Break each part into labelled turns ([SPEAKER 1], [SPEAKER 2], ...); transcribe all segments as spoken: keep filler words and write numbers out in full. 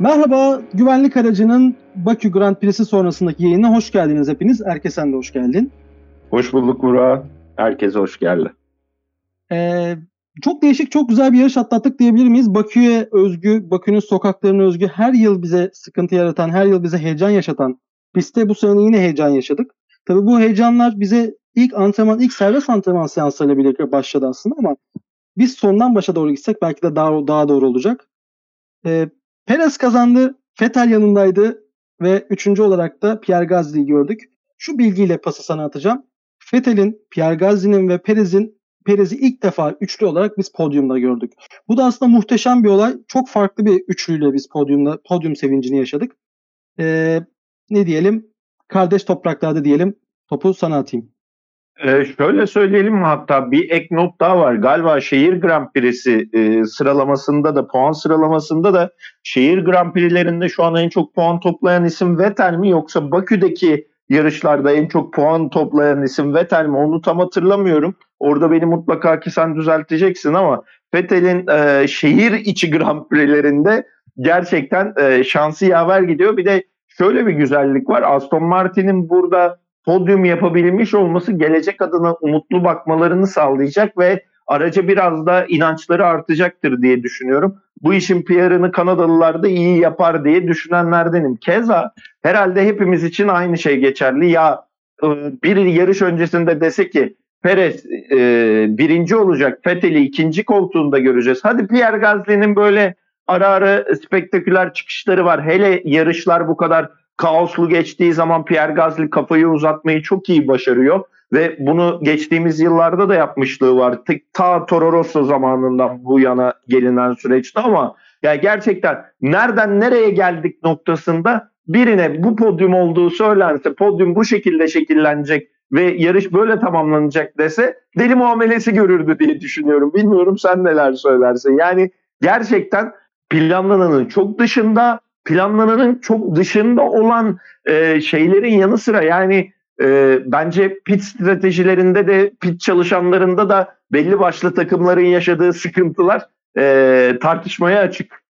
[SPEAKER 1] Merhaba, güvenlik aracının Bakü Grand Prix'si sonrasındaki yayına hoş geldiniz hepiniz. Erke sen de hoş geldin.
[SPEAKER 2] Hoş bulduk Burak. Herkese hoş geldi.
[SPEAKER 1] Ee, çok değişik, çok güzel bir yarış atlattık diyebilir miyiz? Bakü'ye özgü, Bakü'nün sokaklarına özgü, her yıl bize sıkıntı yaratan, her yıl bize heyecan yaşatan pistte bu sene yine heyecan yaşadık. Tabii bu heyecanlar bize ilk antrenman, ilk serbest antrenman seanslarıyla birlikte başladı aslında ama biz sondan başa doğru gitsek belki de daha, daha doğru olacak. Ee, Perez kazandı, Vettel yanındaydı ve üçüncü olarak da Pierre Gasly'yi gördük. Şu bilgiyle pası sana atacağım. Vettel'in, Pierre Gasly'nin ve Perez'in Perez'i ilk defa üçlü olarak biz podyumda gördük. Bu da aslında muhteşem bir olay. Çok farklı bir üçlüyle biz podyumda podyum sevincini yaşadık. Ee, ne diyelim? Kardeş topraklarda diyelim. Topu sana atayım.
[SPEAKER 2] Ee, şöyle söyleyelim mi, hatta bir ek not daha var. Galiba şehir Grand Prix'si e, sıralamasında da, puan sıralamasında da şehir Grand Prix'lerinde şu an en çok puan toplayan isim Vettel mi, yoksa Bakü'deki yarışlarda en çok puan toplayan isim Vettel mi, onu tam hatırlamıyorum. Orada beni mutlaka ki sen düzelteceksin ama Vettel'in e, şehir içi Grand Prix'lerinde gerçekten e, şansı yaver gidiyor. Bir de şöyle bir güzellik var. Aston Martin'in burada podyum yapabilmiş olması gelecek adına umutlu bakmalarını sağlayacak ve araca biraz da inançları artacaktır diye düşünüyorum. Bu işin P R'ını Kanadalılar da iyi yapar diye düşünenlerdenim. Keza herhalde hepimiz için aynı şey geçerli. Ya bir yarış öncesinde dese ki Perez e, birinci olacak, Vettel'i ikinci koltuğunda göreceğiz. Hadi Pierre Gasly'nin böyle ara ara spektaküler çıkışları var. Hele yarışlar bu kadar kaoslu geçtiği zaman Pierre Gasly kafayı uzatmayı çok iyi başarıyor ve bunu geçtiğimiz yıllarda da yapmışlığı var. Ta Toro Rosso zamanından bu yana gelinen süreçte, ama yani gerçekten nereden nereye geldik noktasında birine bu podyum olduğu söylense, podyum bu şekilde şekillenecek ve yarış böyle tamamlanacak dese deli muamelesi görürdü diye düşünüyorum. Bilmiyorum sen neler söylersin. Yani gerçekten planlananın çok dışında, planlananın çok dışında olan e, şeylerin yanı sıra yani e, bence pit stratejilerinde de, pit çalışanlarında da belli başlı takımların yaşadığı sıkıntılar e, tartışmaya açık.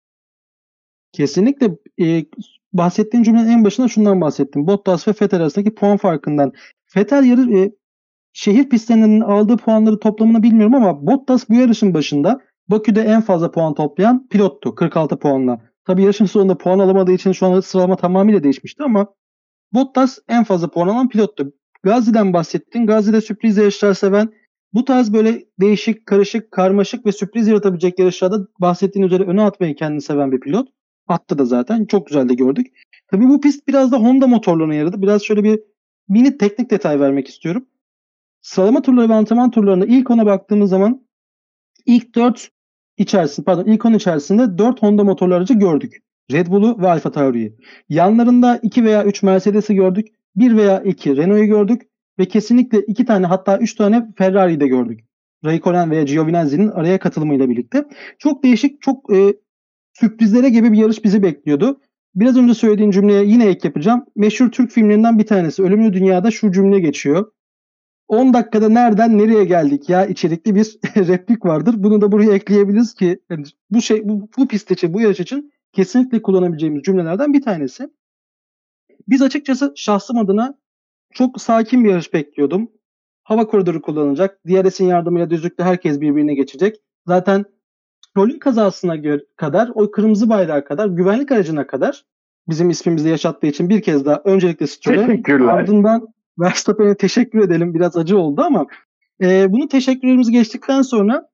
[SPEAKER 1] Kesinlikle e, bahsettiğin cümlenin en başında şundan bahsettim. Bottas ve Vettel arasındaki puan farkından. Vettel yarı, e, şehir pistlerinin aldığı puanları toplamını bilmiyorum ama Bottas bu yarışın başında Bakü'de en fazla puan toplayan pilottu kırk altı puanla. Tabii yarışın sonunda puan alamadığı için şu an sıralama tamamıyla değişmişti ama Bottas en fazla puan alan pilottu. Gasly'den bahsettin. Gasly'de sürpriz yarışlar seven, bu tarz böyle değişik, karışık, karmaşık ve sürpriz yaratabilecek yarışlarda bahsettiğin üzere öne atmayı kendini seven bir pilot. Attı da zaten. Çok güzel de gördük. Tabii bu pist biraz da Honda motorlarına yaradı. Biraz şöyle bir mini teknik detay vermek istiyorum. Sıralama turları ve antrenman turlarında ilk ona baktığımız zaman ilk dört içerisinde, pardon ilk on içerisinde dört Honda motorlu aracı gördük. Red Bull'u ve Alfa Tauri'yi. Yanlarında iki veya üç Mercedes'i gördük. bir veya iki Renault'u gördük. Ve kesinlikle iki tane, hatta üç tane Ferrari'yi de gördük. Raikkonen veya Giovinazzi'nin araya katılımıyla birlikte. Çok değişik, çok e, sürprizlere gibi bir yarış bizi bekliyordu. Biraz önce söylediğin cümleye yine ek yapacağım. Meşhur Türk filmlerinden bir tanesi Ölümlü Dünya'da şu cümle geçiyor. on dakikada nereden nereye geldik ya içerikli bir replik vardır. Bunu da buraya ekleyebiliriz ki yani bu şey bu, bu pist için, bu yarış için kesinlikle kullanabileceğimiz cümlelerden bir tanesi. Biz açıkçası şahsım adına çok sakin bir yarış bekliyordum. Hava koridoru kullanılacak. D R S'in yardımıyla düzlükte herkes birbirine geçecek. Zaten Stroll'ün kazasına kadar, o kırmızı bayrağa kadar, güvenlik aracına kadar bizim ismimizi yaşattığı için bir kez daha öncelikle Stroll'e, ardından Verstappen'e teşekkür edelim. Biraz acı oldu ama e, bunu teşekkürlerimizi geçtikten sonra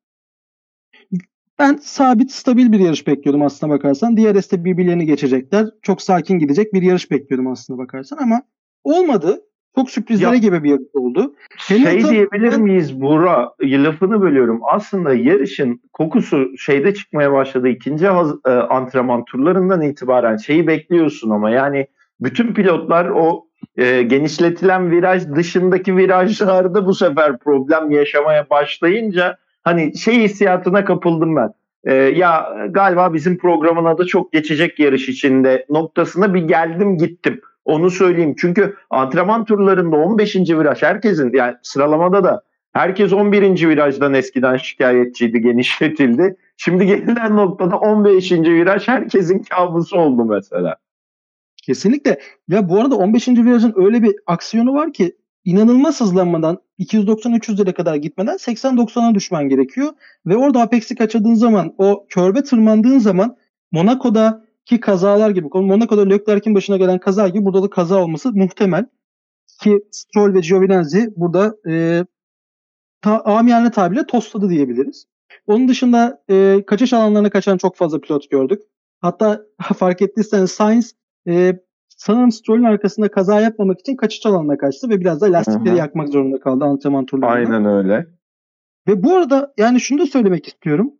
[SPEAKER 1] ben sabit, stabil bir yarış bekliyordum aslına bakarsan. D R S'te birbirlerini geçecekler. Çok sakin gidecek bir yarış bekliyordum aslına bakarsan ama olmadı. Çok sürprizlere ya, gibi bir yarış oldu.
[SPEAKER 2] Şey Hamilton, diyebilir miyiz Buğra? Lafını bölüyorum. Aslında yarışın kokusu şeyde çıkmaya başladı. İkinci haz, e, antrenman turlarından itibaren şeyi bekliyorsun ama yani bütün pilotlar o e, genişletilen viraj dışındaki virajlarda bu sefer problem yaşamaya başlayınca hani şey hissiyatına kapıldım ben. E, ya galiba bizim programın adı çok geçecek yarış içinde noktasına bir geldim gittim. Onu söyleyeyim. Çünkü antrenman turlarında on beşinci viraj herkesin, yani sıralamada da herkes on birinci virajdan eskiden şikayetçiydi, genişletildi. Şimdi gelinen noktada on beşinci viraj herkesin kabusu oldu mesela.
[SPEAKER 1] Kesinlikle. Ya bu arada on beşinci virajın öyle bir aksiyonu var ki inanılmaz hızlanmadan iki yüz doksan üç yüzlere kadar gitmeden seksen doksana düşmen gerekiyor. Ve orada apex'i kaçırdığın zaman, o körbe tırmandığın zaman Monaco'daki kazalar gibi, Monaco'da Leclerc'in başına gelen kaza gibi burada da kaza olması muhtemel. Ki Stroll ve Giovinazzi burada e, ta, amiyane tabirle tostladı diyebiliriz. Onun dışında e, kaçış alanlarına kaçan çok fazla pilot gördük. Hatta fark ettiyseniz Sainz e, sanırım Stroll'ün arkasında kaza yapmamak için kaçış alanına kaçtı ve biraz da lastikleri Hı-hı. yakmak zorunda kaldı antrenman turlarında.
[SPEAKER 2] Aynen öyle.
[SPEAKER 1] Ve bu arada yani şunu da söylemek istiyorum.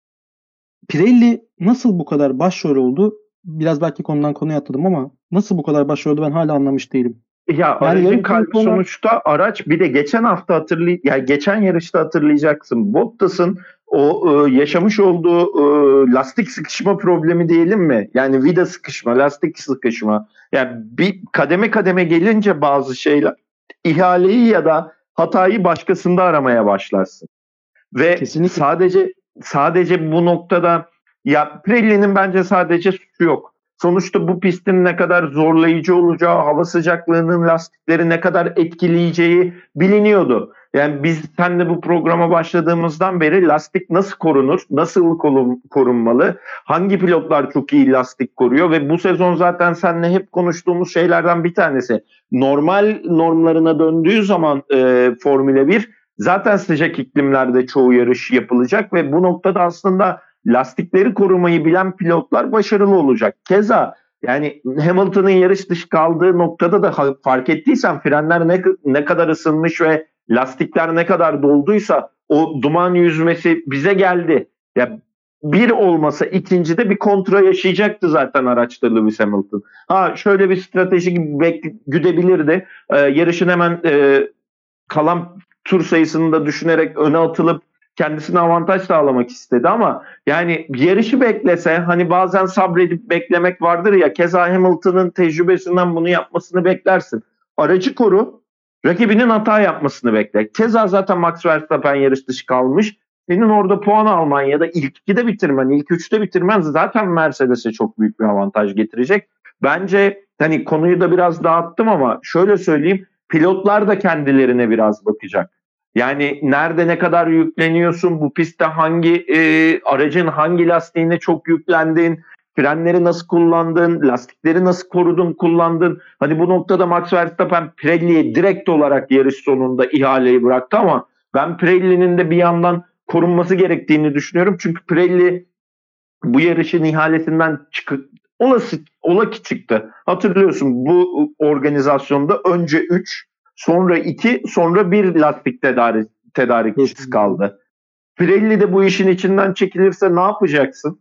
[SPEAKER 1] Pirelli nasıl bu kadar başrol oldu? Biraz belki konudan konuya atladım ama nasıl bu kadar başrol oldu ben hala anlamış değilim.
[SPEAKER 2] Ya yani aracın kalbi sonra... sonuçta araç, bir de geçen hafta hatırlay yani geçen yarışta hatırlayacaksın. Bottas'ın o e, yaşamış olduğu e, lastik sıkışma problemi diyelim mi? Yani vida sıkışma, lastik sıkışma. Yani bir kademe kademe gelince bazı şeyler, ihaleyi ya da hatayı başkasında aramaya başlarsın. Ve Kesinlikle. sadece sadece bu noktada ya Pirelli'nin bence sadece suçu yok. Sonuçta bu pistin ne kadar zorlayıcı olacağı, hava sıcaklığının lastikleri ne kadar etkileyeceği biliniyordu. Yani biz seninle bu programa başladığımızdan beri lastik nasıl korunur, nasıl korunmalı, hangi pilotlar çok iyi lastik koruyor ve bu sezon zaten seninle hep konuştuğumuz şeylerden bir tanesi. Normal normlarına döndüğü zaman e, Formula bir zaten sıcak iklimlerde çoğu yarış yapılacak ve bu noktada aslında lastikleri korumayı bilen pilotlar başarılı olacak. Keza yani Hamilton'ın yarış dışı kaldığı noktada da fark ettiysen frenler ne, ne kadar ısınmış ve lastikler ne kadar dolduysa o duman yüzmesi bize geldi. Ya bir olmasa ikincide bir kontra yaşayacaktı zaten araçta Lewis Hamilton. Ha şöyle bir strateji gibi güdebilirdi. Ee, yarışın hemen e, kalan tur sayısını da düşünerek öne atılıp kendisine avantaj sağlamak istedi ama yani yarışı beklese, hani bazen sabredip beklemek vardır ya, keza Hamilton'ın tecrübesinden bunu yapmasını beklersin. Aracı koru, rakibinin hata yapmasını bekle. Keza zaten Max Verstappen yarış dışı kalmış. Senin orada puan alman ya da ilk ikide bitirmen, ilk üçte bitirmen zaten Mercedes'e çok büyük bir avantaj getirecek. Bence hani konuyu da biraz dağıttım ama şöyle söyleyeyim, pilotlar da kendilerine biraz bakacak. Yani nerede ne kadar yükleniyorsun, bu pistte hangi e, aracın hangi lastiğine çok yüklendin, frenleri nasıl kullandın, lastikleri nasıl korudun, kullandın. Hani bu noktada Max Verstappen Pirelli'ye direkt olarak yarış sonunda ihaleyi bıraktı ama ben Pirelli'nin de bir yandan korunması gerektiğini düşünüyorum. Çünkü Pirelli bu yarışın ihalesinden çıkıp olası, ola ki çıktı. Hatırlıyorsun bu organizasyonda önce üç, sonra iki, sonra bir lastik tedarik, tedarikçisi kaldı. Pirelli de bu işin içinden çekilirse ne yapacaksın?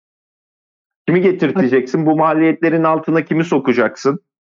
[SPEAKER 2] Kimi getirteceksin? Bu maliyetlerin altına kimi sokacaksın?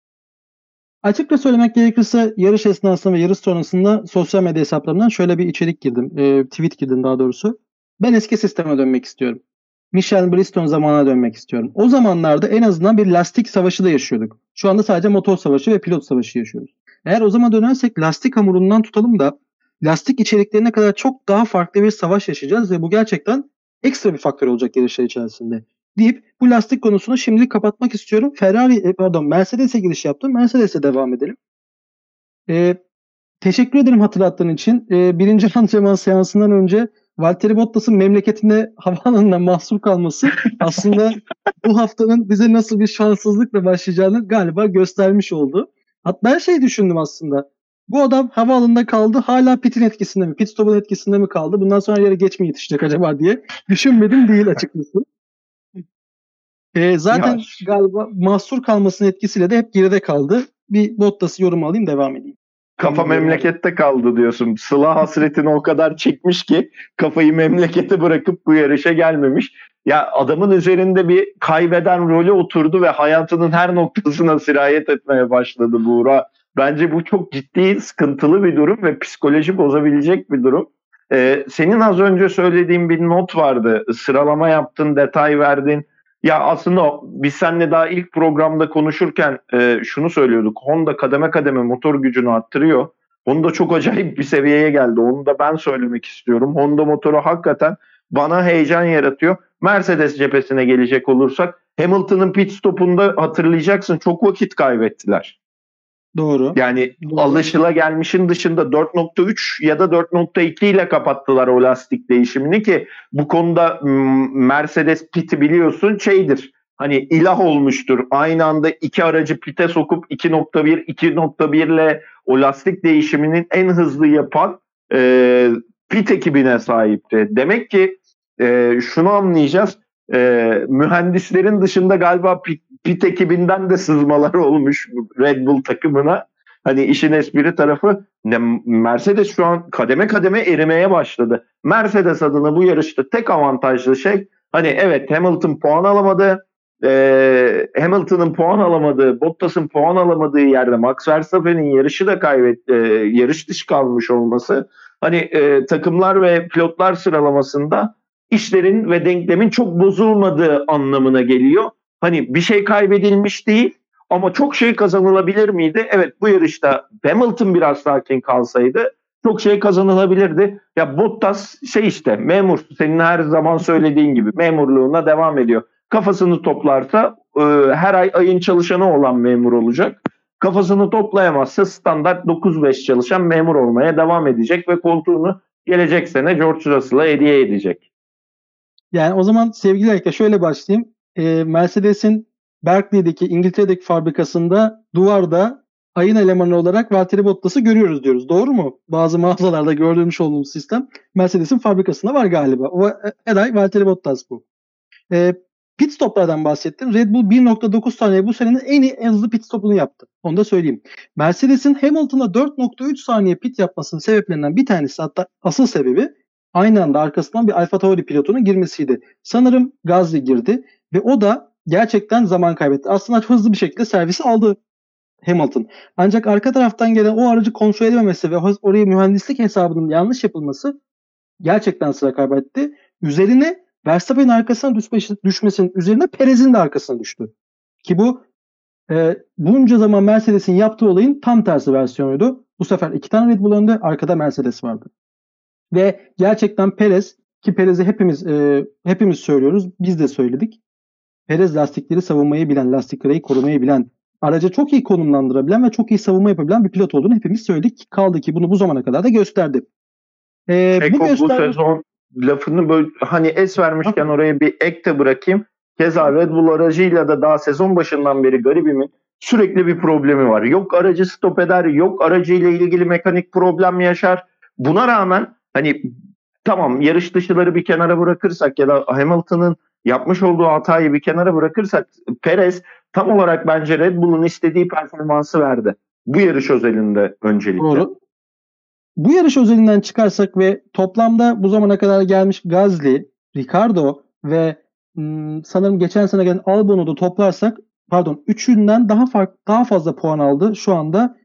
[SPEAKER 1] Açıkça söylemek gerekirse yarış esnasında ve yarış sonrasında sosyal medya hesaplarımdan şöyle bir içerik girdim. E, tweet girdim daha doğrusu. Ben eski sisteme dönmek istiyorum. Michel Briston zamanına dönmek istiyorum. O zamanlarda en azından bir lastik savaşı da yaşıyorduk. Şu anda sadece motor savaşı ve pilot savaşı yaşıyoruz. Eğer o zaman dönersek lastik hamurundan tutalım da lastik içeriklerine kadar çok daha farklı bir savaş yaşayacağız ve bu gerçekten ekstra bir faktör olacak yarışlar içerisinde. Deyip bu lastik konusunu şimdilik kapatmak istiyorum. Ferrari, pardon Mercedes'e giriş yaptım. Mercedes'e devam edelim. Ee, teşekkür ederim hatırlattığın için. Ee, birinci antrenman seansından önce Valtteri Bottas'ın memleketinde havaalanına mahsur kalması aslında bu haftanın bize nasıl bir şanssızlıkla başlayacağını galiba göstermiş oldu. Hatta ben şey düşündüm aslında. Bu adam havaalanında kaldı. Hala pitin etkisinde mi? Pit stop'un etkisinde mi kaldı? Bundan sonra yere geç mi yetişecek acaba diye düşünmedim değil açıkçası. Ee, zaten ya, galiba mahsur kalmasının etkisiyle de hep geride kaldı. Bir Bottas'ı yorum alayım, devam edeyim.
[SPEAKER 2] Kafa memlekette kaldı diyorsun. Sıla hasretini o kadar çekmiş ki kafayı memlekete bırakıp bu yarışa gelmemiş. Ya adamın üzerinde bir kaybeden rolü oturdu ve hayatının her noktasına sirayet etmeye başladı Buğra. Bence bu çok ciddi, sıkıntılı bir durum ve psikoloji bozabilecek bir durum. Ee, senin az önce söylediğin bir not vardı. Sıralama yaptın, detay verdin. Ya aslında biz seninle daha ilk programda konuşurken e, şunu söylüyorduk. Honda kademe kademe motor gücünü arttırıyor. Honda çok acayip bir seviyeye geldi. Onu da ben söylemek istiyorum. Honda motoru hakikaten bana heyecan yaratıyor. Mercedes cephesine gelecek olursak Hamilton'ın pit stopunda hatırlayacaksın çok vakit kaybettiler.
[SPEAKER 1] Doğru.
[SPEAKER 2] Yani
[SPEAKER 1] Doğru.
[SPEAKER 2] alışılagelmişin dışında dört nokta üç ya da dört nokta iki ile kapattılar o lastik değişimini ki bu konuda Mercedes pit'i biliyorsun şeydir. Hani ilah olmuştur. Aynı anda iki aracı pite sokup iki nokta bir iki nokta bir ile o lastik değişiminin en hızlı yapan e, pit ekibine sahipti. Demek ki e, şunu anlayacağız. E, mühendislerin dışında galiba pit, pit ekibinden de sızmalar olmuş Red Bull takımına. Hani işin espri tarafı Mercedes şu an kademe kademe erimeye başladı. Mercedes adına bu yarışta tek avantajlı şey hani evet Hamilton puan alamadı. Ee, Hamilton'ın puan alamadığı, Bottas'ın puan alamadığı yerde Max Verstappen'in yarışı da kaybetti, e, yarış dışı kalmış olması. Hani e, takımlar ve pilotlar sıralamasında işlerin ve denklemin çok bozulmadığı anlamına geliyor. Hani bir şey kaybedilmiş değil ama çok şey kazanılabilir miydi? Evet bu yarışta Hamilton biraz sakin kalsaydı çok şey kazanılabilirdi. Ya Bottas şey işte memur, senin her zaman söylediğin gibi memurluğuna devam ediyor. Kafasını toplarsa e, her ay ayın çalışanı olan memur olacak. Kafasını toplayamazsa standart dokuz beş çalışan memur olmaya devam edecek ve koltuğunu gelecek sene George Russell'a hediye edecek.
[SPEAKER 1] Yani o zaman sevgili arkadaşlar şöyle başlayayım. E, Mercedes'in Berkeley'deki İngiltere'deki fabrikasında duvarda ayın elemanı olarak Valtteri Bottas'ı görüyoruz diyoruz. Doğru mu? Bazı mağazalarda gördüğümüz olduğumuz sistem Mercedes'in fabrikasında var galiba. O her ay Valtteri Bottas bu. E, pit stoplardan bahsettim. Red Bull bir nokta dokuz saniye bu senenin en iyi en hızlı pit stopunu yaptı. Onu da söyleyeyim. Mercedes'in Hamilton'a dört nokta üç saniye pit yapmasının sebeplerinden bir tanesi hatta asıl sebebi aynı anda arkasından bir AlphaTauri pilotunun girmesiydi. Sanırım Gasly girdi ve o da gerçekten zaman kaybetti. Aslında hızlı bir şekilde servisi aldı Hamilton. Ancak arka taraftan gelen o aracı kontrol edememesi ve oraya mühendislik hesabının yanlış yapılması gerçekten sıra kaybetti. Üzerine Verstappen'in arkasına düşmesi, düşmesinin üzerine Perez'in de arkasına düştü. Ki bu e, bunca zaman Mercedes'in yaptığı olayın tam tersi versiyonuydu. Bu sefer iki tane Red Bull önde, arkada Mercedes vardı. Ve gerçekten Perez, ki Perez'i hepimiz e, hepimiz söylüyoruz, biz de söyledik. Perez lastikleri savunmayı bilen, lastikleri korumayı bilen, aracı çok iyi konumlandırabilen ve çok iyi savunma yapabilen bir pilot olduğunu hepimiz söyledik. Kaldı ki bunu bu zamana kadar da gösterdi.
[SPEAKER 2] Ee, Eko, bu, göster- bu sezon lafını böyle hani es vermişken oraya bir ek de bırakayım. Keza Red Bull aracıyla da daha sezon başından beri garibimin sürekli bir problemi var. Yok aracı stop eder, yok aracıyla ilgili mekanik problem yaşar. Buna rağmen hani tamam yarış dışıları bir kenara bırakırsak ya da Hamilton'ın yapmış olduğu hatayı bir kenara bırakırsak Perez tam olarak bence Red Bull'un istediği performansı verdi. Bu yarış özelinde öncelikle.
[SPEAKER 1] Doğru. Bu yarış özelinden çıkarsak ve toplamda bu zamana kadar gelmiş Gasly, Ricardo ve ım, sanırım geçen sene gelen Albon'u da toplarsak pardon üçünden daha fark, daha fazla puan aldı şu anda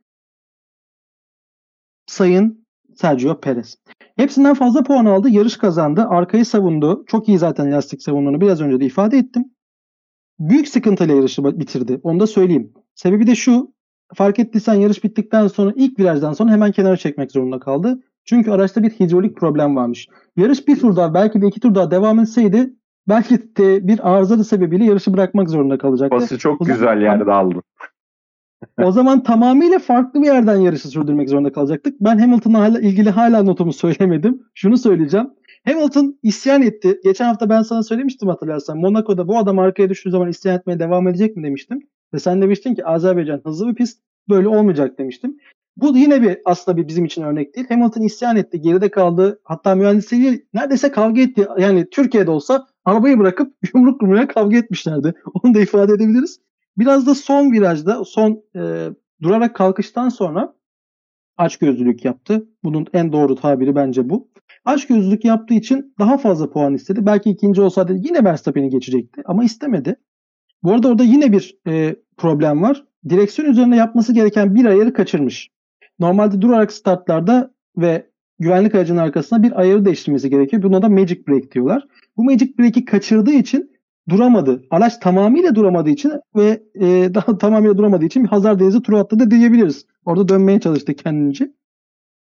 [SPEAKER 1] Sayın Sergio Perez. Hepsinden fazla puan aldı. Yarış kazandı. Arkayı savundu. Çok iyi zaten lastik savunduğunu biraz önce de ifade ettim. Büyük sıkıntıyla yarışı bitirdi. Onu da söyleyeyim. Sebebi de şu. Fark ettiysen yarış bittikten sonra ilk virajdan sonra hemen kenara çekmek zorunda kaldı. Çünkü araçta bir hidrolik problem varmış. Yarış bir tur daha belki de iki tur daha devam etseydi belki de bir arıza sebebiyle yarışı bırakmak zorunda kalacaktı.
[SPEAKER 2] Bası çok o güzel zaman, yerde aldı.
[SPEAKER 1] O zaman tamamıyla farklı bir yerden yarışı sürdürmek zorunda kalacaktık. Ben Hamilton'la hala, ilgili hala notumu söylemedim. Şunu söyleyeceğim. Hamilton isyan etti. Geçen hafta ben sana söylemiştim hatırlarsan. Monaco'da bu adam arkaya düştüğü zaman isyan etmeye devam edecek mi demiştim. Ve sen demiştin ki Azerbaycan hızlı bir pist. Böyle olmayacak demiştim. Bu yine bir aslında bir bizim için örnek değil. Hamilton isyan etti. Geride kaldı. Hatta mühendisliği neredeyse kavga etti. Yani Türkiye'de olsa arabayı bırakıp yumruk yumruğa kavga etmişlerdi. Onu da ifade edebiliriz. Biraz da son virajda, son e, durarak kalkıştan sonra açgözlülük yaptı. Bunun en doğru tabiri bence bu. Açgözlülük yaptığı için daha fazla puan istedi. Belki ikinci olsaydı yine Verstappen'i geçecekti ama istemedi. Bu arada orada yine bir e, problem var. Direksiyon üzerinde yapması gereken bir ayarı kaçırmış. Normalde durarak startlarda ve güvenlik aracının arkasına bir ayarı değiştirmesi gerekiyor. Buna da Magic Brake diyorlar. Bu Magic Brake'i kaçırdığı için duramadı. Araç tamamıyla duramadığı için ve e, daha tamamıyla duramadığı için bir Hazar Denizi turu attı da diyebiliriz. Orada dönmeye çalıştı kendince.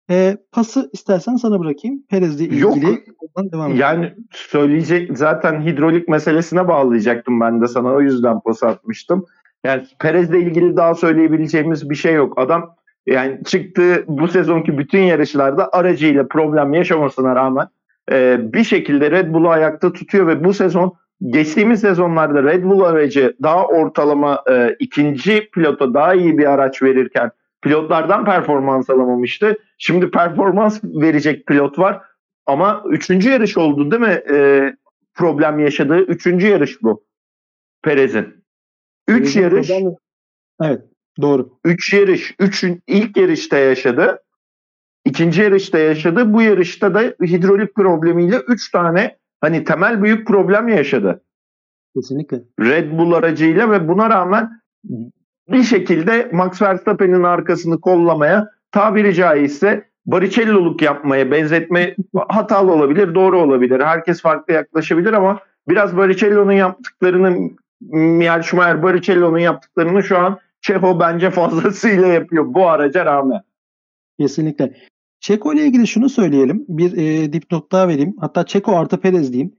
[SPEAKER 1] E, pası istersen sana bırakayım. Perez'le ilgili.
[SPEAKER 2] Yok,
[SPEAKER 1] devam
[SPEAKER 2] yani söyleyecek zaten hidrolik meselesine bağlayacaktım ben de sana. O yüzden pas atmıştım. Yani Perez'le ilgili daha söyleyebileceğimiz bir şey yok. Adam yani çıktığı bu sezonki bütün yarışlarda aracıyla problem yaşamasına rağmen e, bir şekilde Red Bull'u ayakta tutuyor ve bu sezon geçtiğimiz sezonlarda Red Bull aracı daha ortalama e, ikinci pilota daha iyi bir araç verirken pilotlardan performans alamamıştı. Şimdi performans verecek pilot var. Ama üçüncü yarış oldu değil mi? Ee, problem yaşadığı üçüncü yarış bu. Perez'in. Üç
[SPEAKER 1] Perez'in
[SPEAKER 2] yarış.
[SPEAKER 1] problemi... Evet, doğru.
[SPEAKER 2] Üç yarış. Üçün, ilk yarışta yaşadı. İkinci yarışta yaşadı. Bu yarışta da hidrolik problemiyle üç tane hani temel büyük problem yaşadı.
[SPEAKER 1] Kesinlikle.
[SPEAKER 2] Red Bull aracıyla ve buna rağmen bir şekilde Max Verstappen'in arkasını kollamaya, tabiri caizse Barrichello'luk yapmaya, benzetme hatalı olabilir, doğru olabilir. Herkes farklı yaklaşabilir ama biraz Barrichello'nun yaptıklarını, Michael Schumacher Barrichello'nun yaptıklarını şu an Checo bence fazlasıyla yapıyor bu araca rağmen.
[SPEAKER 1] Kesinlikle. Checo ile ilgili şunu söyleyelim. Bir e, dipnot daha vereyim. Hatta Checo artı Perez diyeyim.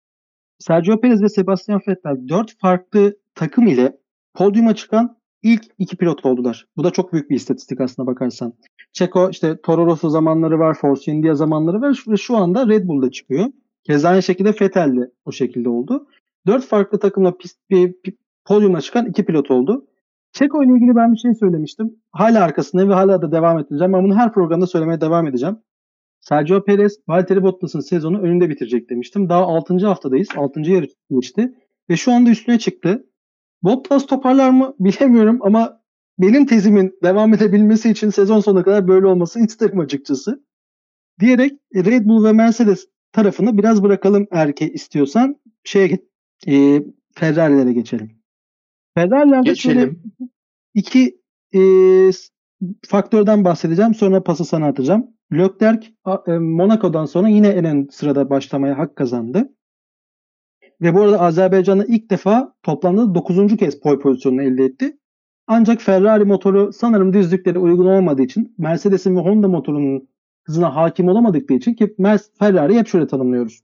[SPEAKER 1] Sergio Perez ve Sebastian Vettel dört farklı takım ile podyuma çıkan ilk iki pilot oldular. Bu da çok büyük bir istatistik aslına bakarsan. Checo işte Toro Rosso zamanları var, Force India zamanları var ve şu anda Red Bull'da çıkıyor. Keza aynı şekilde Vettel de o şekilde oldu. Dört farklı takımla pist, bir, bir, podyuma çıkan iki pilot oldu. Checo ile ilgili ben bir şey söylemiştim. Hala arkasındayım ve hala da devam edeceğim. Ben bunu her programda söylemeye devam edeceğim. Sergio Perez, Valtteri Bottas'ın sezonu önünde bitirecek demiştim. Daha altıncı haftadayız. altıncı yarış geçti. Ve şu anda üstüne çıktı. Bottas toparlar mı bilemiyorum ama benim tezimin devam edebilmesi için sezon sonuna kadar böyle olmasını isterim açıkçası. Diyerek Red Bull ve Mercedes tarafını biraz bırakalım erke istiyorsan. Şeye e, Ferrari'lere geçelim. Ferrari'lerde şöyle iki e, faktörden bahsedeceğim. Sonra pası sana atacağım. Leclerc Monaco'dan sonra yine en ön sırada başlamaya hak kazandı. Ve bu arada Azerbaycan'da ilk defa toplamda dokuzuncu kez pole pozisyonunu elde etti. Ancak Ferrari motoru sanırım düzlüklere uygun olmadığı için, Mercedes'in ve Honda motorunun hızına hakim olamadıkları için ki Ferrari'yi hep şöyle tanımlıyoruz.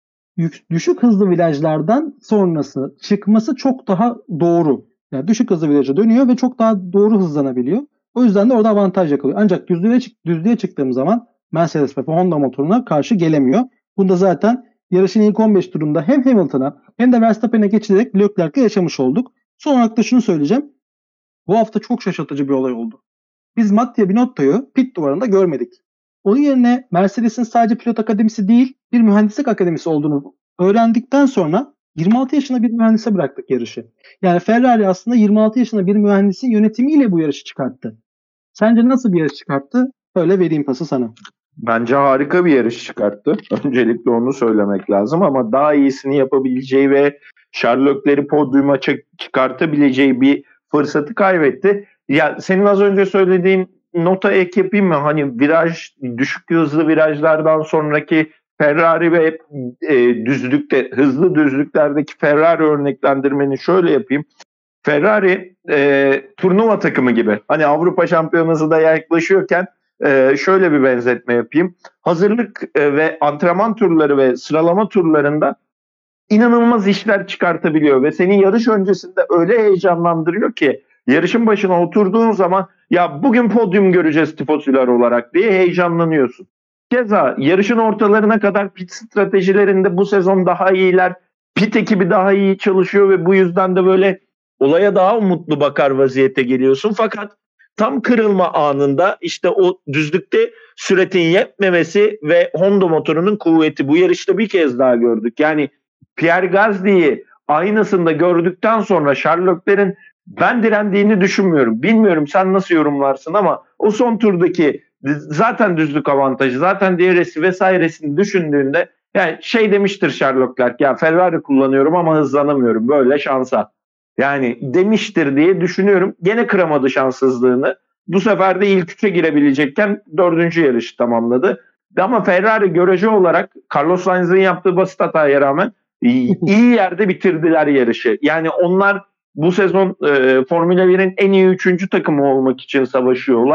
[SPEAKER 1] Düşük hızlı virajlardan sonrası çıkması çok daha doğru. Yani düşük hızlı viraja dönüyor ve çok daha doğru hızlanabiliyor. O yüzden de orada avantaj yakalıyor. Ancak düzlüğe, çık- düzlüğe çıktığım zaman Mercedes ve Honda motoruna karşı gelemiyor. Bunda zaten yarışın ilk on beş turunda hem Hamilton'a hem de Verstappen'e geçerek Leclerc'le yaşamış olduk. Son olarak da şunu söyleyeceğim. Bu hafta çok şaşırtıcı bir olay oldu. Biz Mattia Binotto'yu pit duvarında görmedik. Onun yerine Mercedes'in sadece pilot akademisi değil, bir mühendislik akademisi olduğunu öğrendikten sonra yirmi altı yaşında bir mühendise bıraktık yarışı. Yani Ferrari aslında yirmi altı yaşında bir mühendisin yönetimiyle bu yarışı çıkarttı. Sence nasıl bir yarış çıkarttı? Öyle vereyim pası sana.
[SPEAKER 2] Bence harika bir yarış çıkarttı. Öncelikle onu söylemek lazım ama daha iyisini yapabileceği ve Sherlock'leri podyuma çıkartabileceği bir fırsatı kaybetti. Ya senin az önce söylediğin nota ek yapayım mı? Hani viraj, düşük hızlı virajlardan sonraki Ferrari ve e, düzlükte, hızlı düzlüklerdeki Ferrari örneklendirmeni şöyle yapayım. Ferrari e, turnuva takımı gibi. Hani Avrupa Şampiyonası da yaklaşıyorken e, şöyle bir benzetme yapayım. Hazırlık e, ve antrenman turları ve sıralama turlarında inanılmaz işler çıkartabiliyor ve seni yarış öncesinde öyle heyecanlandırıyor ki yarışın başına oturduğun zaman ya bugün podyum göreceğiz tifosiler olarak diye heyecanlanıyorsun. Keza yarışın ortalarına kadar pit stratejilerinde bu sezon daha iyiler. Pit ekibi daha iyi çalışıyor ve bu yüzden de böyle olaya daha umutlu bakar vaziyette geliyorsun. Fakat tam kırılma anında işte o düzlükte süratin yetmemesi ve Honda motorunun kuvveti bu yarışta bir kez daha gördük. Yani Pierre Gasly'yi aynısında gördükten sonra Sherlock'lerin ben direndiğini düşünmüyorum. Bilmiyorum sen nasıl yorumlarsın ama o son turdaki zaten düzlük avantajı, zaten D R S'i vesairesini düşündüğünde yani şey demiştir Sherlockler ya Ferrari kullanıyorum ama hızlanamıyorum böyle şansa. Yani demiştir diye düşünüyorum. Gene kıramadı şanssızlığını. Bu sefer de ilk üçe girebilecekken dördüncü yarışı tamamladı. Ama Ferrari görece olarak Carlos Sainz'in yaptığı basit hataya rağmen iyi, iyi yerde bitirdiler yarışı. Yani onlar bu sezon e, Formula birin en iyi üçüncü takımı olmak için savaşıyorlar.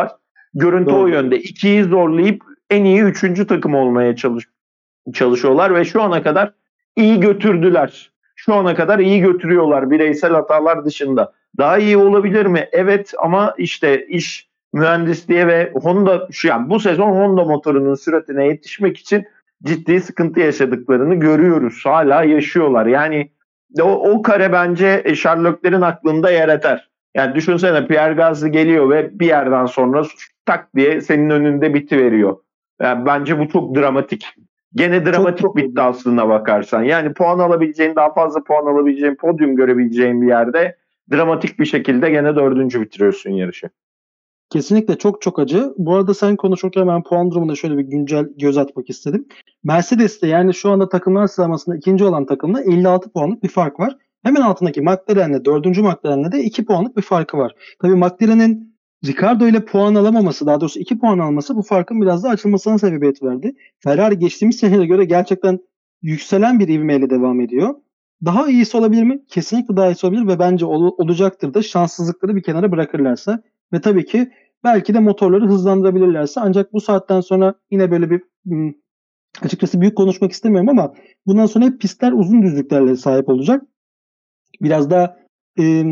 [SPEAKER 2] Görüntü
[SPEAKER 1] Doğru.
[SPEAKER 2] o yönde. ikiyi zorlayıp en iyi üçüncü takım olmaya çalış çalışıyorlar ve şu ana kadar iyi götürdüler. Şu ana kadar iyi götürüyorlar bireysel hatalar dışında. Daha iyi olabilir mi? Evet, ama işte iş mühendisliğe ve Honda, şu yani bu sezon Honda motorunun süratine yetişmek için ciddi sıkıntı yaşadıklarını görüyoruz. Hala yaşıyorlar. Yani o, o kare bence Sherlock'lerin aklında yer eder. Yani düşünsene, Pierre Gasly geliyor ve bir yerden sonra tak diye senin önünde bitiveriyor. Yani bence bu çok dramatik. Gene dramatik çok, çok bitti aslında bakarsan. Yani puan alabileceğin, daha fazla puan alabileceğin, podyum görebileceğin bir yerde dramatik bir şekilde gene dördüncü bitiriyorsun yarışı.
[SPEAKER 1] Kesinlikle çok çok acı. Bu arada sen konuşurken ben puan durumuna şöyle bir güncel göz atmak istedim. Mercedes'te, yani şu anda takımlar sıralamasında ikinci olan takımla elli altı puanlık bir fark var. Hemen altındaki McLaren'le, dördüncü McLaren'le de iki puanlık bir farkı var. Tabii McLaren'in Ricardo ile puan alamaması, daha doğrusu iki puan alması bu farkın biraz da açılmasına sebebiyet verdi. Ferrari geçtiğimiz senelere göre gerçekten yükselen bir ivmeyle devam ediyor. Daha iyisi olabilir mi? Kesinlikle daha iyisi olabilir ve bence ol- olacaktır da, şanssızlıkları bir kenara bırakırlarsa. Ve tabii ki belki de motorları hızlandırabilirlerse. Ancak bu saatten sonra yine böyle bir, açıkçası büyük konuşmak istemiyorum ama bundan sonra hep pistler uzun düzlüklerle sahip olacak. Biraz da e,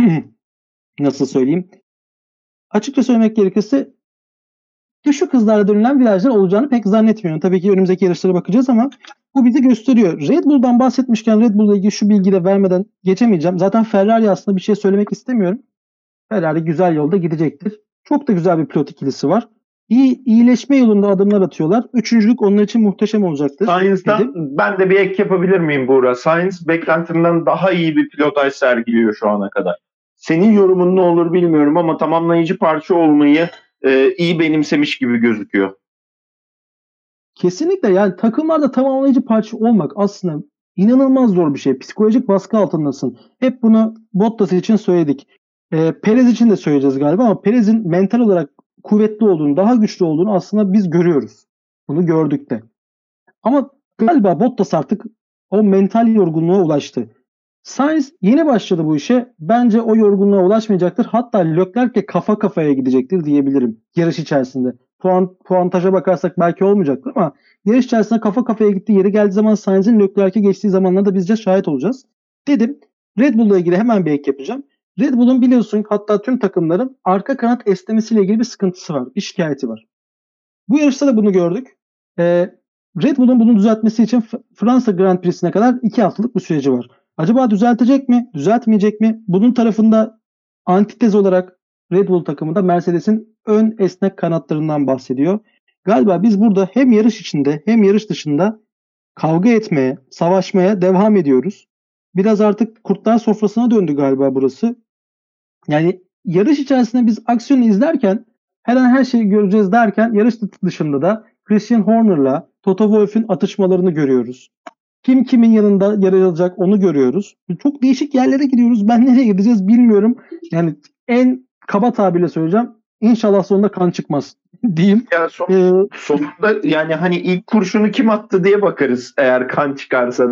[SPEAKER 1] nasıl söyleyeyim? Açıkça söylemek gerekirse düşük hızlarla dönülen virajlar olacağını pek zannetmiyorum. Tabii ki önümüzdeki yarışlara bakacağız ama bu bizi gösteriyor. Red Bull'dan bahsetmişken Red Bull'la ilgili şu bilgiyi de vermeden geçemeyeceğim. Zaten Ferrari aslında bir şey söylemek istemiyorum. Ferrari güzel yolda gidecektir. Çok da güzel bir pilot ikilisi var. İyi, iyileşme yolunda adımlar atıyorlar. Üçüncülük onlar için muhteşem olacaktır.
[SPEAKER 2] Sainz'dan ben de bir ek yapabilir miyim Buğra? Sainz beklentimden daha iyi bir pilotaj sergiliyor şu ana kadar. Senin yorumun ne olur bilmiyorum ama tamamlayıcı parça olmayı e, iyi benimsemiş gibi gözüküyor.
[SPEAKER 1] Kesinlikle, yani takımlarda tamamlayıcı parça olmak aslında inanılmaz zor bir şey. Psikolojik baskı altındasın. Hep bunu Bottas için söyledik. E, Perez için de söyleyeceğiz galiba ama Perez'in mental olarak kuvvetli olduğunu, daha güçlü olduğunu aslında biz görüyoruz. Bunu gördük de. Ama galiba Bottas artık o mental yorgunluğa ulaştı. Sainz yeni başladı bu işe. Bence o yorgunluğa ulaşmayacaktır. Hatta Leclerc'le kafa kafaya gidecektir diyebilirim yarış içerisinde. Puan, puantaja bakarsak belki olmayacaktır ama yarış içerisinde kafa kafaya gittiği, yeri geldiği zaman Sainz'in Leclerc'e geçtiği zamanlarda bizce şahit olacağız. Dedim. Red Bull'la ilgili hemen bir ek yapacağım. Red Bull'un biliyorsun, hatta tüm takımların arka kanat esnemesiyle ilgili bir sıkıntısı var. Bir şikayeti var. Bu yarışta da bunu gördük. Ee, Red Bull'un bunu düzeltmesi için Fransa Grand Prix'sine kadar iki haftalık bir süreci var. Acaba düzeltecek mi? Düzeltmeyecek mi? Bunun tarafında antitez olarak Red Bull takımı da Mercedes'in ön esnek kanatlarından bahsediyor. Galiba biz burada hem yarış içinde hem yarış dışında kavga etmeye, savaşmaya devam ediyoruz. Biraz artık kurtlar sofrasına döndü galiba burası. Yani yarış içerisinde biz aksiyonu izlerken her an her şeyi göreceğiz derken, yarış dışında da Christian Horner'la Toto Wolff'ün atışmalarını görüyoruz. Kim kimin yanında yer alacak onu görüyoruz. Çok değişik yerlere gidiyoruz. Ben nereye gideceğiz bilmiyorum. Yani en kaba tabirle söyleyeceğim. İnşallah sonunda kan çıkmaz diyeyim.
[SPEAKER 2] Ya son,
[SPEAKER 1] ee,
[SPEAKER 2] sonunda yani hani ilk kurşunu kim attı diye bakarız eğer kan çıkarsa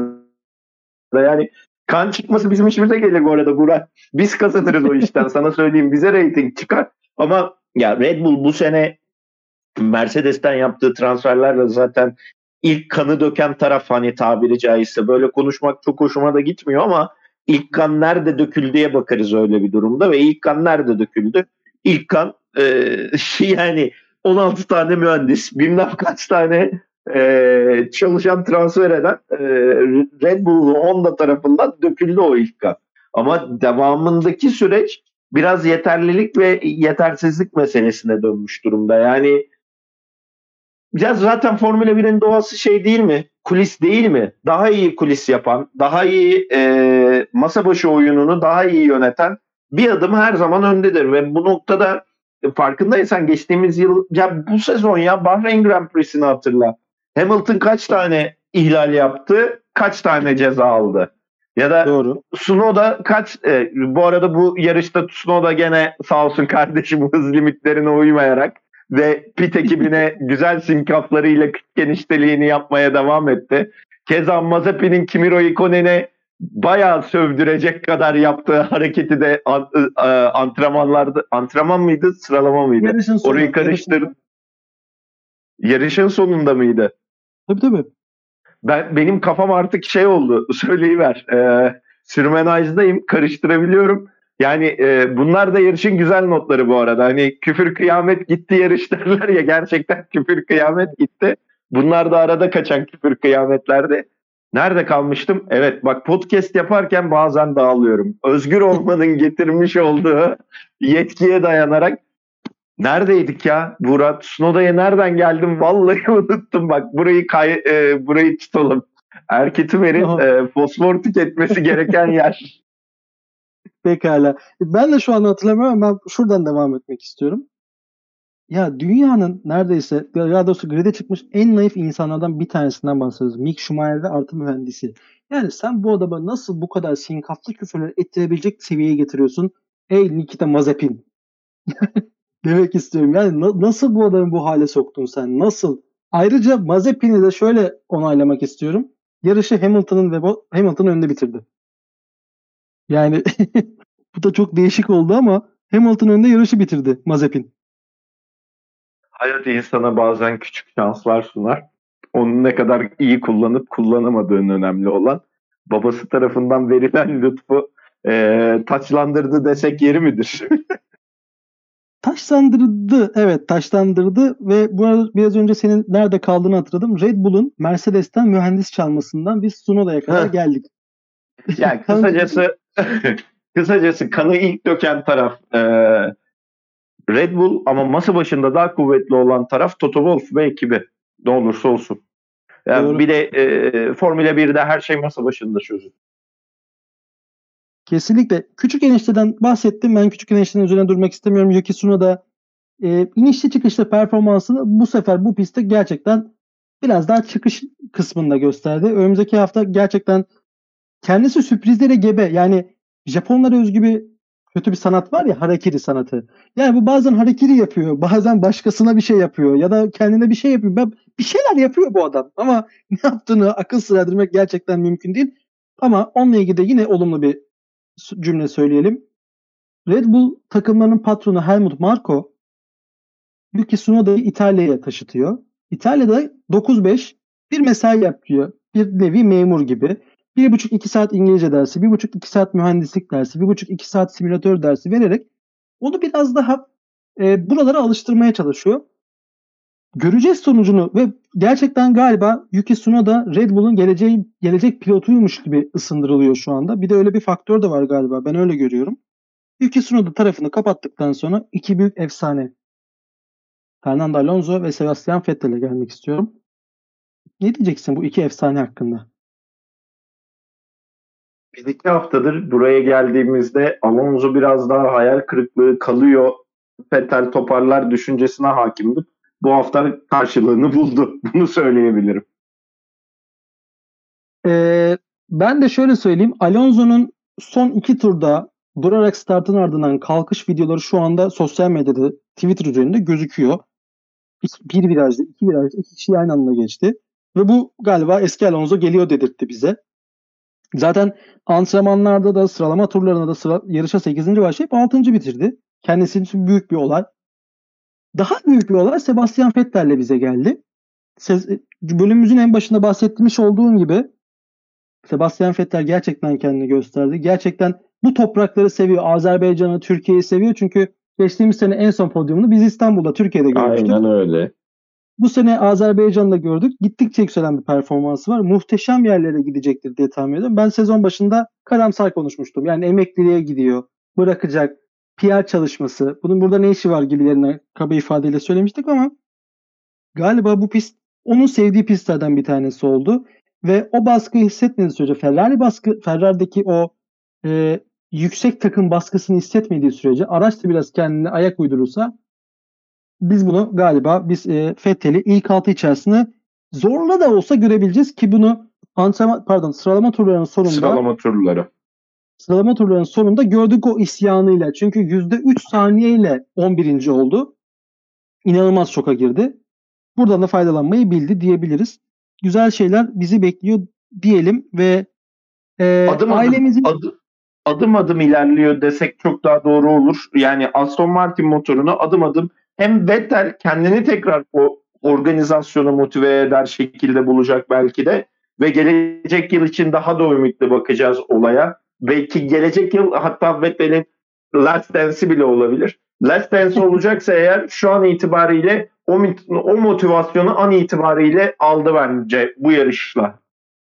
[SPEAKER 2] da. Yani kan çıkması bizim işimize gelir bu arada Burak. Biz kazanırız o işten. Sana söyleyeyim, bize reyting çıkar. Ama ya Red Bull bu sene Mercedes'ten yaptığı transferlerle zaten ilk kanı döken taraf, hani tabiri caizse. Böyle konuşmak çok hoşuma da gitmiyor ama ilk kan nerede döküldüye bakarız öyle bir durumda ve ilk kan nerede döküldü? İlk kan e, yani on altı tane mühendis, bilmem kaç tane e, çalışan transfer eden e, Red Bull ve Honda tarafından döküldü o ilk kan. Ama devamındaki süreç biraz yeterlilik ve yetersizlik meselesine dönmüş durumda. Yani ya zaten Formula birin doğası şey değil mi? Kulis değil mi? Daha iyi kulis yapan, daha iyi e, masa başı oyununu daha iyi yöneten bir adım her zaman öndedir. Ve bu noktada farkındaysan geçtiğimiz yıl, ya bu sezon ya Bahreyn Grand Prix'sini hatırla. Hamilton kaç tane ihlal yaptı, kaç tane ceza aldı? Ya da
[SPEAKER 1] Doğru.
[SPEAKER 2] Tsunoda kaç, e, bu arada bu yarışta Tsunoda gene sağ olsun kardeşim hız limitlerine uymayarak ve pit ekibine güzel sinkaflarıyla genişteliğini yapmaya devam etti. Keza Mazepin'in Kimi Räikkönen'e bayağı sövdürecek kadar yaptığı hareketi de an, e, antrenmanlarda, antrenman mıydı, sıralama mıydı?
[SPEAKER 1] Yarışın sonu.
[SPEAKER 2] Orayı karıştır.
[SPEAKER 1] Yarışın,
[SPEAKER 2] Yarışın sonunda mıydı?
[SPEAKER 1] tabii tabii.
[SPEAKER 2] Ben benim kafam artık şey oldu. Söyleyiver. Ee, Sürmenaj'dayım. Karıştırabiliyorum. Yani e, bunlar da yarışın güzel notları bu arada. Hani küfür kıyamet gitti yarış derler ya, gerçekten küfür kıyamet gitti. Bunlar da arada kaçan küfür kıyametlerde. Nerede kalmıştım? Evet bak, podcast yaparken bazen dağılıyorum. Özgür olmanın getirmiş olduğu yetkiye dayanarak neredeydik ya? Burak Tsunoda'ya nereden geldim? Vallahi unuttum bak. Burayı kay e, burayı tutalım. Erketimer'in e, fosfor tüketmesi gereken yer.
[SPEAKER 1] Pekala. Ben de şu an hatırlamıyorum ama ben şuradan devam etmek istiyorum. Ya dünyanın neredeyse, ya doğrusu grid'e çıkmış en naif insanlardan bir tanesinden bahsediyoruz. Mick Schumacher ve artı mühendisi. Yani sen bu adama nasıl bu kadar sinkaflı küfürler ettirebilecek seviyeye getiriyorsun? Ey Nikita Mazepin. Demek istiyorum. Yani na- nasıl bu adamı bu hale soktun sen? Nasıl? Ayrıca Mazepin'i de şöyle onaylamak istiyorum. Yarışı Hamilton'ın ve Bo- Hamilton'ın önünde bitirdi. Yani bu da çok değişik oldu ama Hamilton önünde yarışı bitirdi Mazepin.
[SPEAKER 2] Hayat insana bazen küçük şanslar sunar. Onu ne kadar iyi kullanıp kullanamadığın önemli olan. Babası tarafından verilen lütfu e, taçlandırdı desek yeri midir?
[SPEAKER 1] Taşlandırdı. Evet, taşlandırdı ve bu arada biraz önce senin nerede kaldığını hatırladım. Red Bull'un Mercedes'ten mühendis çalmasından biz Tsunoda'ya kadar geldik.
[SPEAKER 2] Yani kısacası kısacası kanı ilk döken taraf e, Red Bull, ama masa başında daha kuvvetli olan taraf Toto Wolff ve ekibi. Ne olursa olsun. Yani bir de e, Formula birde her şey masa başında çözülür.
[SPEAKER 1] Kesinlikle. Küçük enişteden bahsettim. Ben küçük eniştenin üzerine durmak istemiyorum. Yuki Tsunoda e, inişli çıkışlı performansını bu sefer bu pistte gerçekten biraz daha çıkış kısmında gösterdi. Önümüzdeki hafta gerçekten kendisi sürprizlere gebe. Yani Japonlara özgü bir kötü bir sanat var ya, harakiri sanatı. Yani bu bazen harakiri yapıyor, bazen başkasına bir şey yapıyor ya da kendine bir şey yapıyor. Ben, bir şeyler yapıyor bu adam ama ne yaptığını akıl sır erdirmek gerçekten mümkün değil. Ama onunla ilgili de yine olumlu bir cümle söyleyelim. Red Bull takımlarının patronu Helmut Marko Yuki Tsunoda'yı İtalya'ya taşıtıyor. İtalya'da dokuz beş bir mesai yapıyor. Bir nevi memur gibi. bir buçuk iki saat İngilizce dersi, bir buçuk iki saat mühendislik dersi, bir buçuk iki saat simülatör dersi vererek onu biraz daha e, buralara alıştırmaya çalışıyor. Göreceğiz sonucunu ve gerçekten galiba Yuki Tsunoda Red Bull'un geleceği, gelecek pilotuymuş gibi ısındırılıyor şu anda. Bir de öyle bir faktör de var galiba. Ben öyle görüyorum. Yuki Tsunoda tarafını kapattıktan sonra iki büyük efsane, Fernando Alonso ve Sebastian Vettel'e gelmek istiyorum. Ne diyeceksin bu iki efsane hakkında?
[SPEAKER 2] Biz iki haftadır buraya geldiğimizde Alonso biraz daha hayal kırıklığı kalıyor, Vettel toparlar düşüncesine hakimdim. Bu hafta karşılığını buldu. Bunu söyleyebilirim.
[SPEAKER 1] Ee, ben de şöyle söyleyeyim. Alonso'nun son iki turda durarak startın ardından kalkış videoları şu anda sosyal medyada, Twitter üzerinde gözüküyor. Bir virajda, iki virajda iki kişi aynı anda geçti. Ve bu galiba eski Alonso geliyor dedirtti bize. Zaten antrenmanlarda da, sıralama turlarında da sıra, yarışa sekizinci başlayıp altıncı bitirdi. Kendisi için büyük bir olay. Daha büyük bir olay Sebastian Vettel'le bize geldi. Bölümümüzün en başında bahsetmiş olduğum gibi Sebastian Vettel gerçekten kendini gösterdi. Gerçekten bu toprakları seviyor. Azerbaycan'ı, Türkiye'yi seviyor. Çünkü geçtiğimiz sene en son podyumunu biz İstanbul'da, Türkiye'de görmüştük.
[SPEAKER 2] Aynen öyle.
[SPEAKER 1] Bu sene Azerbaycan'da gördük. Gittikçe yükselen bir performansı var. Muhteşem yerlere gidecektir diye tahmin ediyorum. Ben sezon başında karamsar konuşmuştum. Yani emekliliğe gidiyor, bırakacak, P R çalışması, bunun burada ne işi var gibilerine kaba ifadeyle söylemiştik ama galiba bu pist onun sevdiği pistlerden bir tanesi oldu. Ve o baskıyı hissetmediği sürece, Ferrari baskı, Ferrari'deki o e, yüksek takım baskısını hissetmediği sürece, araç da biraz kendine ayak uydurursa biz bunu galiba biz e, Vettel'i ilk altı içerisinde zorla da olsa görebileceğiz ki bunu antrenman pardon sıralama turlarının sonunda
[SPEAKER 2] Sıralama turları.
[SPEAKER 1] Sıralama turlarının sonunda gördük o isyanıyla. Çünkü yüzde üç saniyeyle on birinci oldu. İnanılmaz şoka girdi. Buradan da faydalanmayı bildi diyebiliriz. Güzel şeyler bizi bekliyor diyelim ve Ee,
[SPEAKER 2] Adım adım
[SPEAKER 1] ailemizin
[SPEAKER 2] adı- adım adım ilerliyor desek çok daha doğru olur. Yani Aston Martin motorunu adım adım hem Vettel kendini tekrar o organizasyona motive eder şekilde bulacak belki de ve gelecek yıl için daha da ümitli bakacağız olaya. Belki gelecek yıl hatta Vettel'in Last Dance'i bile olabilir. Last Dance olacaksa eğer şu an itibariyle o, o motivasyonu an itibariyle aldı bence bu yarışla.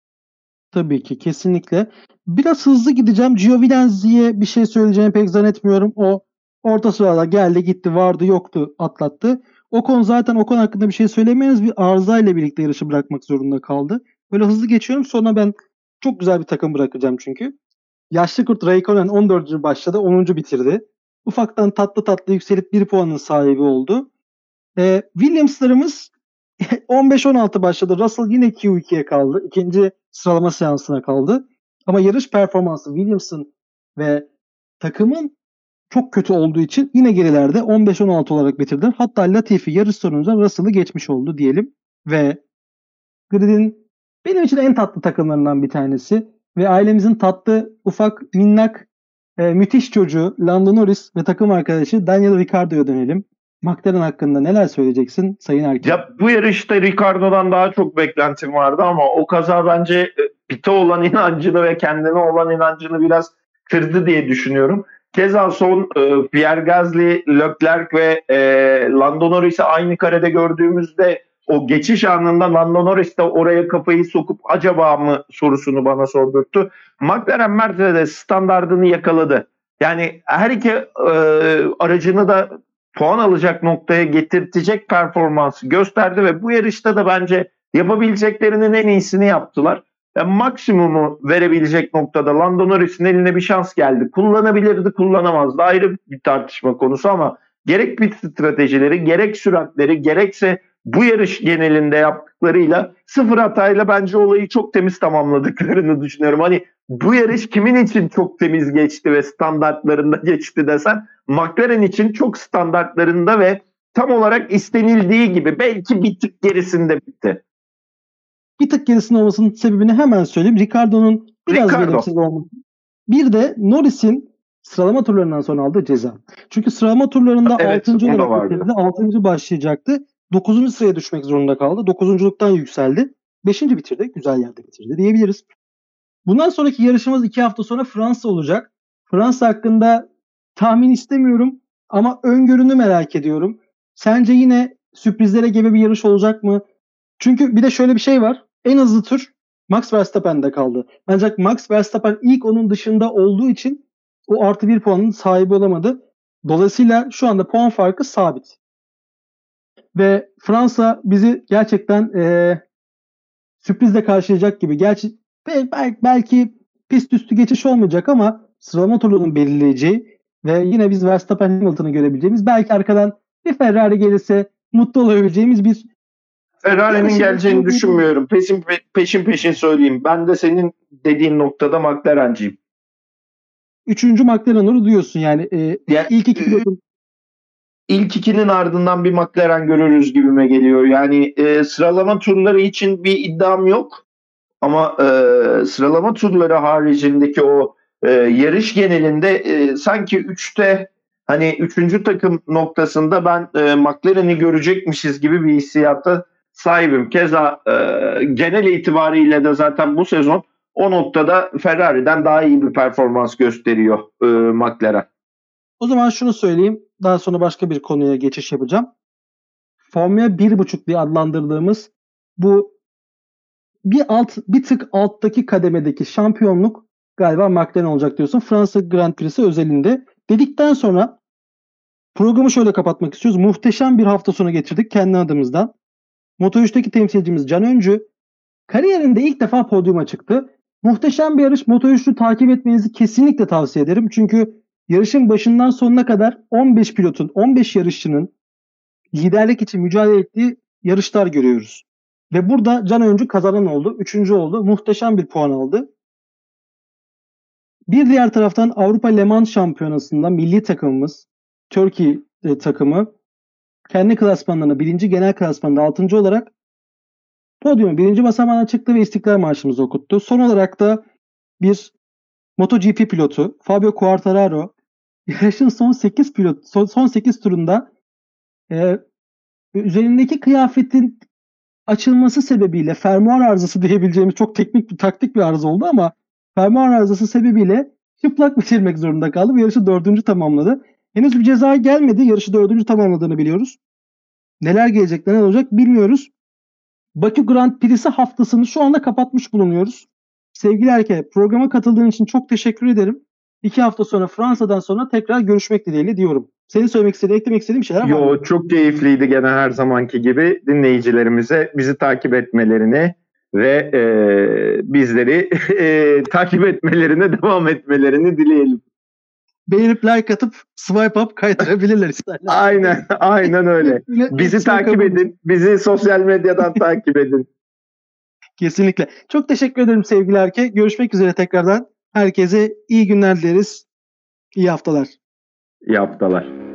[SPEAKER 1] tabii ki kesinlikle. Biraz hızlı gideceğim. Giovinazzi'ye bir şey söyleyeceğimi pek zannetmiyorum. O orta sırada geldi gitti vardı yoktu atlattı. Ocon zaten Ocon hakkında bir şey söylemeyiz. Bir arızayla birlikte yarışı bırakmak zorunda kaldı. Böyle hızlı geçiyorum. Sonra ben çok güzel bir takım bırakacağım çünkü. Yaşlı Kurt Raikkonen on dördüncü başladı. onuncu bitirdi. Ufaktan tatlı tatlı yükselip bir puanın sahibi oldu. Ee, Williams'larımız on beş on altı başladı. Russell yine Q ikiye kaldı. İkinci sıralama seansına kaldı. Ama yarış performansı Williams'ın ve takımın çok kötü olduğu için yine gerilerde on beş on altı olarak bitirdiler. Hatta Latifi yarış sonunda Russell'ı geçmiş oldu diyelim. Ve Grid'in benim için en tatlı takımlarından bir tanesi. Ve ailemizin tatlı, ufak, minnak, e, müthiş çocuğu Lando Norris ve takım arkadaşı Daniel Ricciardo'ya dönelim. McLaren hakkında neler söyleyeceksin Sayın Erkin?
[SPEAKER 2] Ya bu yarışta Ricardo'dan daha çok beklentim vardı ama o kaza bence e, pite olan inancını ve kendine olan inancını biraz kırdı diye düşünüyorum. Keza son e, Pierre Gasly, Leclerc ve e, Lando Norris'i aynı karede gördüğümüzde o geçiş anında Lando Norris de oraya kafayı sokup acaba mı sorusunu bana sordurttu. McLaren Mercedes standardını yakaladı. Yani her iki e, aracını da puan alacak noktaya getirtecek performansı gösterdi ve bu yarışta da bence yapabileceklerinin en iyisini yaptılar. Yani maksimumu verebilecek noktada Lando Norris'in eline bir şans geldi. Kullanabilirdi, kullanamazdı. Ayrı bir tartışma konusu ama gerek pit stratejileri, gerek süratleri, gerekse bu yarış genelinde yaptıklarıyla sıfır hatayla bence olayı çok temiz tamamladıklarını düşünüyorum. Hani bu yarış kimin için çok temiz geçti ve standartlarında geçti desen McLaren için çok standartlarında ve tam olarak istenildiği gibi belki bir tık gerisinde bitti.
[SPEAKER 1] Bir tık gerisinde olmasının sebebini hemen söyleyeyim. Ricardo'nun biraz
[SPEAKER 2] Ricardo.
[SPEAKER 1] verimsiz olması. Bir de Norris'in sıralama turlarından sonra aldığı ceza. Çünkü sıralama turlarında
[SPEAKER 2] Evet,
[SPEAKER 1] altıncı
[SPEAKER 2] o da
[SPEAKER 1] olarak
[SPEAKER 2] vardı.
[SPEAKER 1] bitirdi. altıncı başlayacaktı. dokuzuncu sıraya düşmek zorunda kaldı. dokuzunculuktan yükseldi. beşinci bitirdi. Güzel yerde bitirdi diyebiliriz. Bundan sonraki yarışımız iki hafta sonra Fransa olacak. Fransa hakkında tahmin istemiyorum ama öngörünü merak ediyorum. Sence yine sürprizlere gebe bir yarış olacak mı? Çünkü bir de şöyle bir şey var. En hızlı tur Max Verstappen'de kaldı. Ancak Max Verstappen ilk onun dışında olduğu için o artı bir puanın sahibi olamadı. Dolayısıyla şu anda puan farkı sabit. Ve Fransa bizi gerçekten ee, sürprizle karşılayacak gibi. Gerçi belki, belki pist üstü geçiş olmayacak ama sıralama turlarının belirleyeceği ve yine biz Verstappen Hamilton'ı görebileceğimiz, belki arkadan bir Ferrari gelirse mutlu olabileceğimiz bir
[SPEAKER 2] Ferrari'nin geleceğini düşünmüyorum. Peşin, peşin peşin söyleyeyim. Ben de senin dediğin noktada McLaren'ciyim.
[SPEAKER 1] Üçüncü McLaren olur diyorsun yani. E,
[SPEAKER 2] Yani,
[SPEAKER 1] ilk iki pilotun
[SPEAKER 2] İlk ikinin ardından bir McLaren görürüz gibime geliyor. Yani e, sıralama turları için bir iddiam yok. Ama e, sıralama turları haricindeki o e, yarış genelinde e, sanki üçte hani üçüncü takım noktasında ben e, McLaren'i görecekmişiz gibi bir hissiyata sahibim. Keza e, genel itibariyle de zaten bu sezon o noktada Ferrari'den daha iyi bir performans gösteriyor e, McLaren.
[SPEAKER 1] O zaman şunu söyleyeyim. Daha sonra başka bir konuya geçiş yapacağım. Formula bir buçuk diye adlandırdığımız bu bir alt bir tık alttaki kademedeki şampiyonluk galiba McLaren olacak diyorsun. Fransa Grand Prix'si özelinde. Dedikten sonra programı şöyle kapatmak istiyoruz. Muhteşem bir hafta sonu geçirdik kendi adımızdan. Moto üçteki temsilcimiz Can Öncü kariyerinde ilk defa podyuma çıktı. Muhteşem bir yarış. Moto üçü takip etmenizi kesinlikle tavsiye ederim. Çünkü yarışın başından sonuna kadar on beş pilotun, on beş yarışçının liderlik için mücadele ettiği yarışlar görüyoruz. Ve burada Can Öncü kazanan oldu. Üçüncü oldu. Muhteşem bir puan aldı. Bir diğer taraftan Avrupa Le Mans Şampiyonası'nda milli takımımız, Türkiye e, takımı kendi klasmanlarına birinci, genel klasmanda altıncı olarak podyumun birinci basamağına çıktı ve İstiklal Marşımızı okuttu. Son olarak da bir MotoGP pilotu Fabio Quartararo yarışın son sekiz pilot son, son sekiz turunda e, üzerindeki kıyafetin açılması sebebiyle fermuar arızası diyebileceğimiz çok teknik bir taktik bir arıza oldu ama fermuar arızası sebebiyle çıplak bitirmek zorunda kaldı ve yarışı dördüncü tamamladı. Henüz bir ceza gelmedi. Yarışı dördüncü tamamladığını biliyoruz. Neler gelecek, neler olacak bilmiyoruz. Bakü Grand Prix'si haftasını şu anda kapatmış bulunuyoruz. Sevgili Erke, programa katıldığın için çok teşekkür ederim. İki hafta sonra Fransa'dan sonra tekrar görüşmek dileğiyle diyorum. Senin söylemek istediğin, eklemek istediğin bir şeyler var mı?
[SPEAKER 2] Yo, çok keyifliydi gene her zamanki gibi. Dinleyicilerimize bizi takip etmelerini ve e, bizleri e, takip etmelerine devam etmelerini dileyelim.
[SPEAKER 1] Beğenip like atıp swipe up kaydırabilirler isterler.
[SPEAKER 2] Aynen, aynen öyle. Bizi takip edin, bizi sosyal medyadan takip edin.
[SPEAKER 1] Kesinlikle. Çok teşekkür ederim sevgili Erke. Görüşmek üzere tekrardan. Herkese iyi günler dileriz. İyi haftalar.
[SPEAKER 2] İyi haftalar.